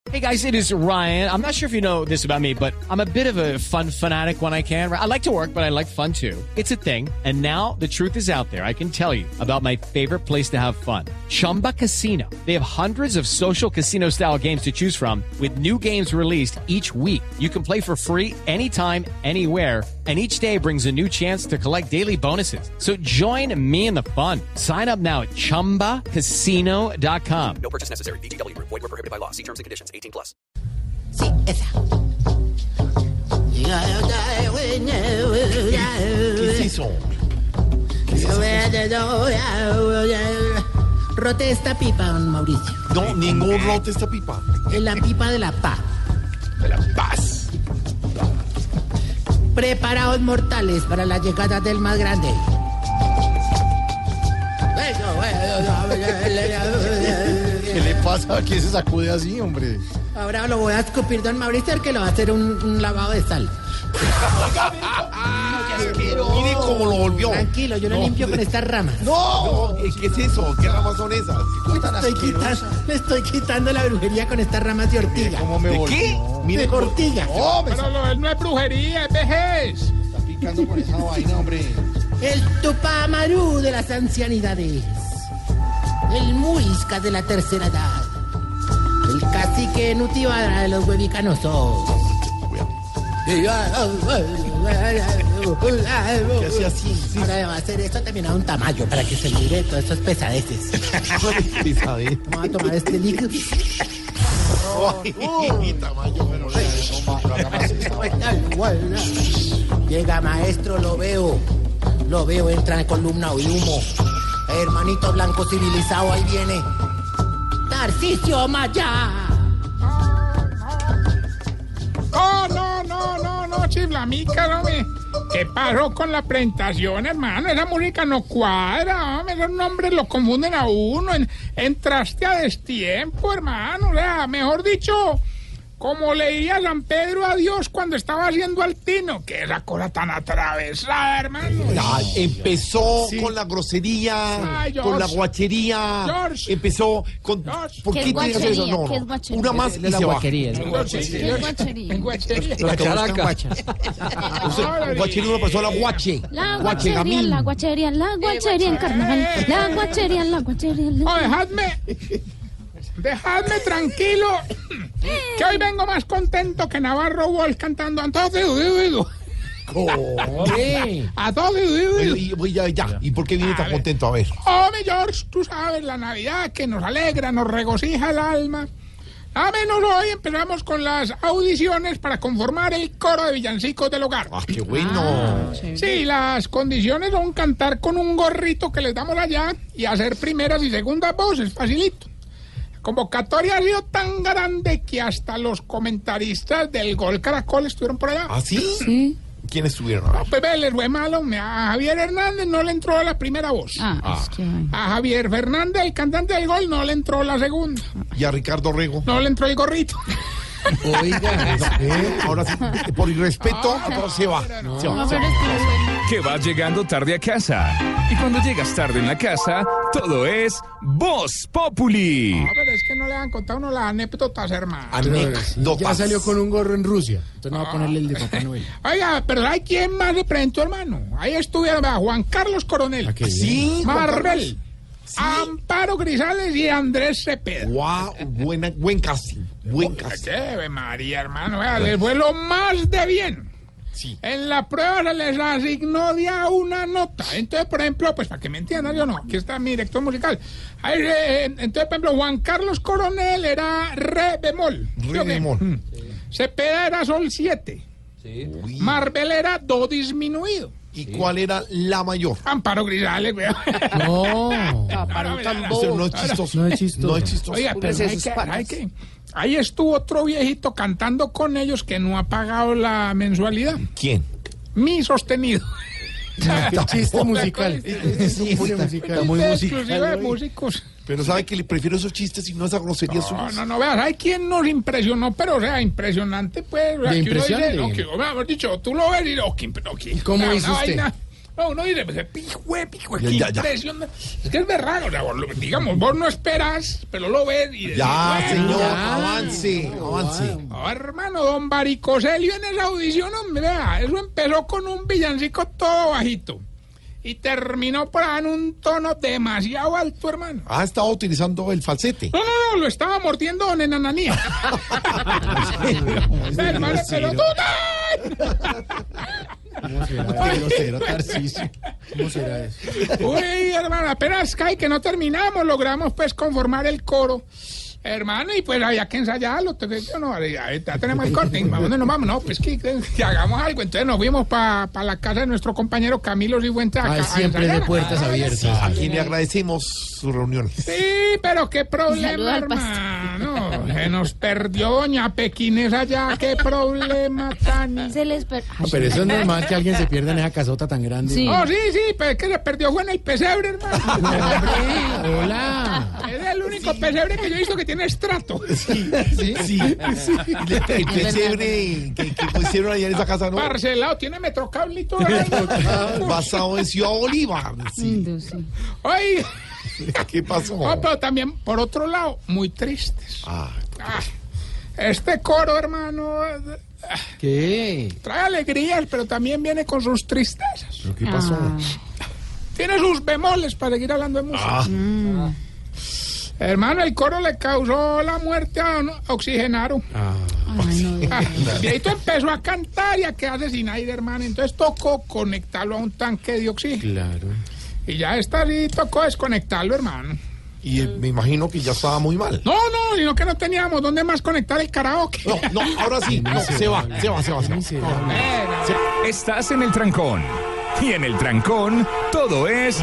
Hey guys, it is Ryan. I'm not sure if you know this about me, but I'm a bit of a fun fanatic when I can. I like to work, but I like fun too. It's a thing. And now the truth is out there. I can tell you about my favorite place to have fun. Chumba Casino. They have hundreds of social casino style games to choose from with new games released each week. You can play for free anytime, anywhere. And each day brings a new chance to collect daily bonuses. So join me in the fun. Sign up now at ChumbaCasino.com. No purchase necessary. VGW. Void where prohibited by law. See terms and conditions. 18+. Sí, esa. ¿Qué es eso? Rote esta pipa, don Mauricio. No, ningún rote esta pipa. Es la pipa de la paz. De la paz. Preparaos, mortales, para la llegada del más grande. ¿Qué le pasa? ¿A quién se sacude así, hombre? Ahora lo voy a escupir, don Mauricio, el que lo va a hacer un lavado de sal. Mire cómo lo volvió. Tranquilo, yo lo limpio con estas ramas. ¡No! ¿Qué es eso? ¿Qué ramas son esas? Le estoy quitando la brujería con estas ramas de ortiga. ¿Cómo me volvió? ¿De qué? Mire, De ortiga. No, me Pero no es brujería, es vejez. está picando por esa vaina, hombre. El Tupamarú de las ancianidades. El Muisca de la tercera edad. El cacique Nutibara de los huevicanosos. ¿Qué hace así? Sí. Ahora va a hacer esto también a un tamaño para que se libere todas esas pesadeces. Pisadez. Vamos a tomar este líquido. Ay, tamaño, pero Llega, maestro, lo veo, entra en columna y humo. Hermanito blanco civilizado, ahí viene. Tarcisio Maya. No, chiflamica, hombre. ¿Qué pasó con la presentación, hermano? Esa música no cuadra, hombre. Esos nombres lo confunden a uno. Entraste a destiempo, hermano. O sea, mejor dicho, como le diría San Pedro a Dios cuando estaba haciendo al tino. Que esa cosa tan atravesada, hermano. Ya, empezó con la grosería, Ay, con la George. guachería. George. Empezó con... George. ¿Por ¿Qué qué es tienes eso? guachería? No, ¿Qué es no. guachería? Una más y se va. ¿Qué es guachería? La characa. Guachería, una persona guache. La Guachegamín. guachería en carnaval. La guachería. Oh, dejadme tranquilo, que hoy vengo más contento que Navarro Wolf cantando a todo digo. A todo digo. Ya. ¿Y por qué viene tan contento? A ver. Hombre, George, tú sabes, la Navidad que nos alegra, nos regocija el alma. A menos hoy empezamos con las audiciones para conformar el coro de villancicos del hogar. ¡Ah, qué bueno! Sí, las condiciones son cantar con un gorrito que les damos allá y hacer primeras y segundas voces, facilito. La convocatoria ha sido tan grande que hasta los comentaristas del Gol Caracol estuvieron por allá. ¿Ah, sí? Sí. ¿Quiénes estuvieron? A ver. Pues ve, les fue malo. A Javier Hernández no le entró la primera voz. Es que... A Javier Fernández, el cantante del Gol, no le entró la segunda. ¿Y a Ricardo Rego? No le entró el gorrito. Oiga, ahora sí, por irrespeto, ahora se va. Se va. Que vas llegando tarde a casa. Y cuando llegas tarde en la casa, todo es Voz Populi. No, pero es que no le han contado uno las anécdotas, hermano. Ya salió con un gorro en Rusia. Entonces no va a ponerle el de Papá Noel. Oiga, pero ¿hay quién más le presentó, hermano? Ahí estuvieron a Juan Carlos Coronel, Sí, Marvel, Amparo Grisales y Andrés Cepeda. Wow, buen casting. Buen casting. ¡Qué María, hermano! Vea, les fue lo más de bien. Sí. En la prueba se les asignó ya una nota. Entonces, por ejemplo, pues para que me entiendan, yo no, aquí está mi director musical. Ahí, entonces, por ejemplo, Juan Carlos Coronel era re bemol. Re bemol. Cepeda era sol 7. Uy. Marvel era do disminuido. ¿Y cuál era la mayor? Amparo Grisales, weón. No. Eso no es chistoso. No es chistoso. No es chistoso. Oiga, pero hay que... Ahí estuvo otro viejito cantando con ellos que no ha pagado la mensualidad. ¿Quién? Mi sostenido. El chiste musical. Está muy Exclusivo de musical. músicos. Pero sabe que le prefiero esos chistes y no esa grosería suya. No, veas, hay quien nos impresionó, pero o sea, impresionante, pues. O sea, ¿De que uno dice, impresionante? mejor dicho, tú lo ves y no, ¿Cómo una hizo usted? vaina. No, uno dice, pijo, qué Ya. impresión. Es que es berraco, o sea, digamos, vos no esperas, pero lo ves y decís, Ya, bueno, señor, ya. avance. No, hermano, don Varicoselio en esa audición, hombre, vea, eso empezó con un villancico todo bajito y terminó por ahí en un tono demasiado alto, hermano. Ah, estaba utilizando el falsete. No, lo estaba mordiendo don Enananía. Hermano, pero tú ¿Cómo será? Qué grosero, Tarcisio. ¿Cómo será eso? Uy, hermano, apenas cae que no terminamos, logramos pues conformar el coro. Hermano, y pues había que ensayarlo. Entonces, ya tenemos el corte. ¿A dónde nos vamos? No, pues que hagamos algo. Entonces nos fuimos para la casa de nuestro compañero Camilo Cifuentes. Ay, siempre de puertas abiertas. Aquí le agradecemos su reunión. Sí, pero qué Saluda problema, al pastor. hermano. Se nos perdió doña Pequinés allá. Qué problema tan... Se les Pero eso es normal que alguien se pierda en esa casota tan grande. Sí. Oh, sí, pero es que se perdió fue en el pesebre, hermano. Hombre, hola. Es el único pesebre que yo he visto que tiene estrato. Sí. El pesebre que pusieron allá en esa casa, ¿no? Parcelado, tiene metrocable y todo. Basado en Ciudad Bolívar. Sí. Oye, ¿Qué pasó? pero también, por otro lado, muy tristes. Ah, Este coro, hermano, ¿Qué? trae alegrías, pero también viene con sus tristezas. ¿pero qué pasó? Tiene sus bemoles para seguir hablando de música. Ah, Hermano, el coro le causó la muerte a don Oxigenaro. El viejito empezó a cantar y a quedarse sin aire, hermano. Entonces tocó conectarlo a un tanque de oxígeno. Claro. Y ya esta sí tocó desconectarlo, hermano. y me imagino que ya estaba muy mal. No, sino que no teníamos dónde más conectar el karaoke. No, ahora sí. No, se va. Estás en el trancón. Y en el trancón, todo es.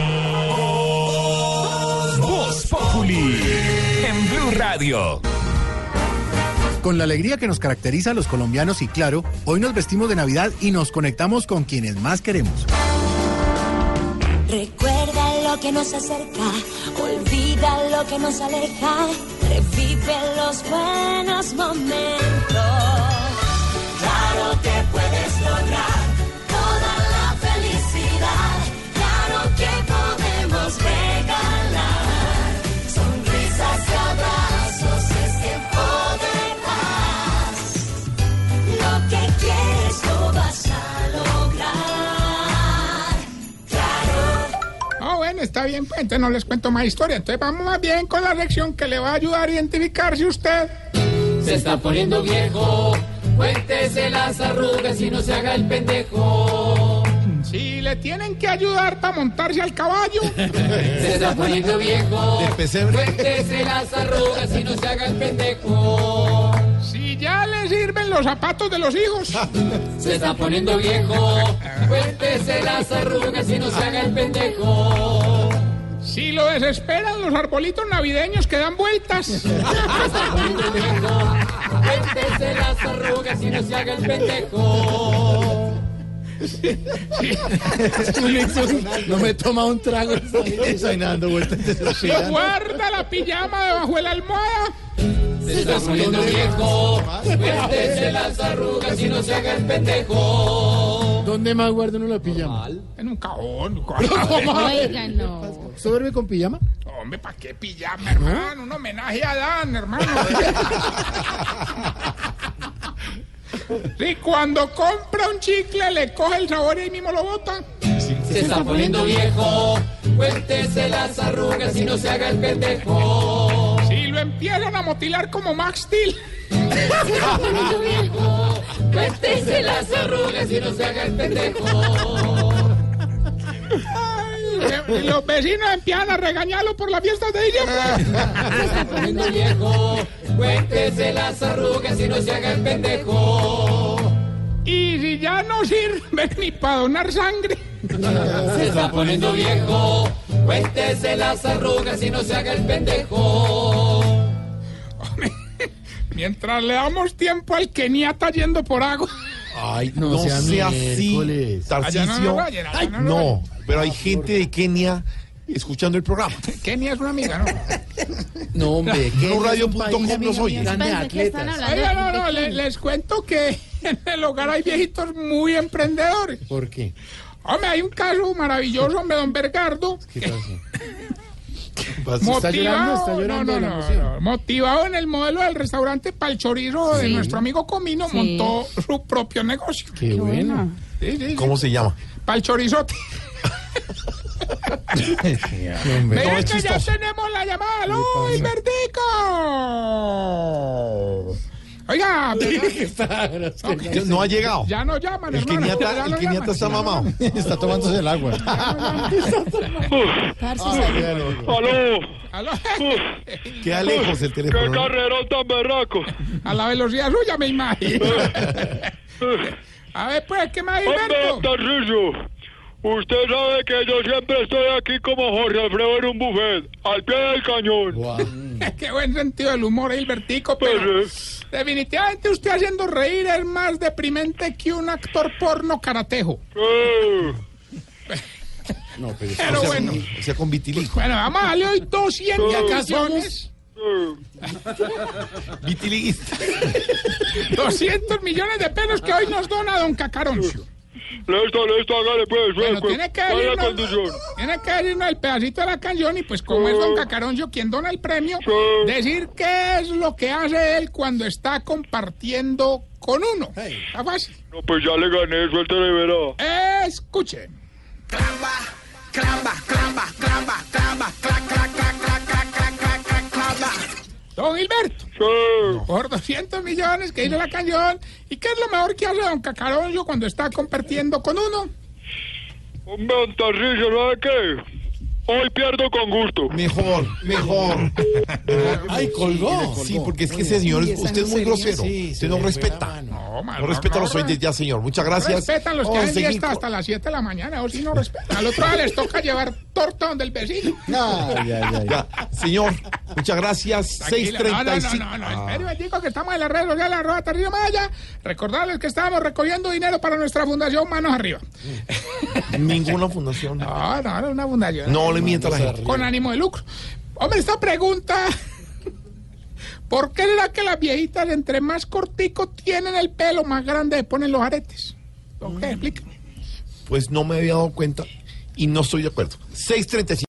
Voz Populi. En Blue Radio. Con la alegría que nos caracteriza a los colombianos y claro, hoy nos vestimos de Navidad y nos conectamos con quienes más queremos. Recuerda lo que nos acerca, olvida lo que nos aleja, revive los buenos momentos. Claro que puedes lograr toda la felicidad, claro que podemos regalar sonrisas y abrazos, es tiempo de paz. Lo que quieres lo vas a lograr. Bueno, está bien, pues entonces no les cuento más historia. Entonces vamos más bien con la lección que le va a ayudar a identificar si usted se está poniendo viejo. Cuéntese las arrugas y no se haga el pendejo. Si le tienen que ayudar para montarse al caballo. Se está poniendo viejo. De pesebre. Cuéntese las arrugas y no se haga el pendejo. Si ya le sirven los zapatos de los hijos. Se está poniendo viejo. Cuéntese las arrugas y no se haga el pendejo. Si lo desesperan los arbolitos navideños que dan vueltas. Se está poniendo viejo. Cuéntese las arrugas y no se haga el pendejo. No me toma un trago. Estoy dando vueltas. Si guarda la pijama debajo de la almohada. Se está poniendo viejo. Cuéntese las arrugas y no se haga el pendejo. ¿Dónde más guarda uno la pijama? En un cajón. Oigan, no. ¿Usted duerme con pijama? Hombre, ¿para qué pijama, hermano? Un homenaje a Dan, hermano. Si cuando compra un chicle le coge el sabor y ahí mismo lo bota. Se está poniendo viejo. Cuéntese las arrugas y no se haga el pendejo. Si lo empiezan a motilar como Max Steel. Se está poniendo viejo. Cuéntese las arrugas y no se haga el pendejo. Y los vecinos empiezan a regañarlo por las fiestas de diciembre. Se está poniendo viejo. Cuéntese las arrugas y no se haga el pendejo. Y si ya no sirve ni para donar sangre. Se está poniendo viejo. Cuéntese las arrugas y no se haga el pendejo. Mientras le damos tiempo al Keniata yendo por agua. Ay, no sea así, Allá no lo Tarcisio. vayan, allá Ay, no lo no, pero hay gente de Kenia escuchando el programa. Kenia es una amiga, ¿no? No, hombre. BlueRadio.com los oye. Grandes Pensé que están atletas. hablando Oiga, les cuento que en el hogar hay viejitos muy emprendedores. ¿Por qué? Hombre, hay un caso maravilloso, hombre, don Bergardo. ¿Está llorando de la emoción? No. Motivado en el modelo del restaurante Palchorizo de nuestro amigo Comino, montó su propio negocio. Qué bueno. Sí. ¿Cómo se llama? Palchorizote. Hombre. Miren es que ya chistoso. tenemos la llamada. ¡Aló, Hilbertico! Oiga, No ha llegado. ya no llaman, El hermano. Keniata está mamado. Está tomándose el agua. ¿Aló? Queda lejos el ¡Qué teléfono. ¿no? carrerón tan berraco! A la velocidad suya, me imagino. A ver, pues, ¿qué más, ¡Hombre, Hilberto? Tarcisio! Usted sabe que yo siempre estoy aquí como Jorge Alfredo en un buffet, al pie del cañón. Qué buen sentido del humor, Hilbertico, pero definitivamente usted haciendo reír es más deprimente que un actor porno karatejo. No, Pero bueno, O sea, con vitiligo. bueno, vamos a darle hoy 200 millones. Vitiliguista. 200 millones de pesos que hoy nos dona don Cacaroncio. Listo, hágale pues. Bueno, pues, tiene que ¿cuál es la decirnos condición? el pedacito de la canción y pues como es don Cacaroncio quien dona el premio, decir qué es lo que hace él cuando está compartiendo con uno. ¿Está fácil? No, pues ya le gané, suéltale, verá. Escuche. Don Gilberto, por 200 millones que hizo la canción. ¿Y qué es lo mejor que hace don Cacaroncio cuando está compartiendo con uno? Hombre, don Tarcisio, ¿sabe qué? Hoy pierdo con gusto. Mejor. Ay, colgó. Sí, porque es que ese señor, usted es muy grosero. Usted no respeta. No, No respeta a los oyentes ya, señor. Muchas gracias. Respetan los que Vamos a hacen seguir fiesta hasta las 7 de la mañana, o si no respetan. Al otro día les toca llevar torta donde el vecino. Ya, señor, muchas gracias. Tranquila. 6:35. No, espere, digo que estamos en las redes sociales, @Tarcisio Recordarles que estábamos recogiendo dinero para nuestra fundación Manos Arriba. Ninguna fundación. No, es una fundación. No le mienta a la gente. Con ánimo de lucro. Hombre, esta pregunta... ¿Por qué será que las viejitas entre más cortico tienen el pelo, más grande se ponen los aretes? ¿Por qué? Explícame. Pues no me había dado cuenta y no estoy de acuerdo. 6:35.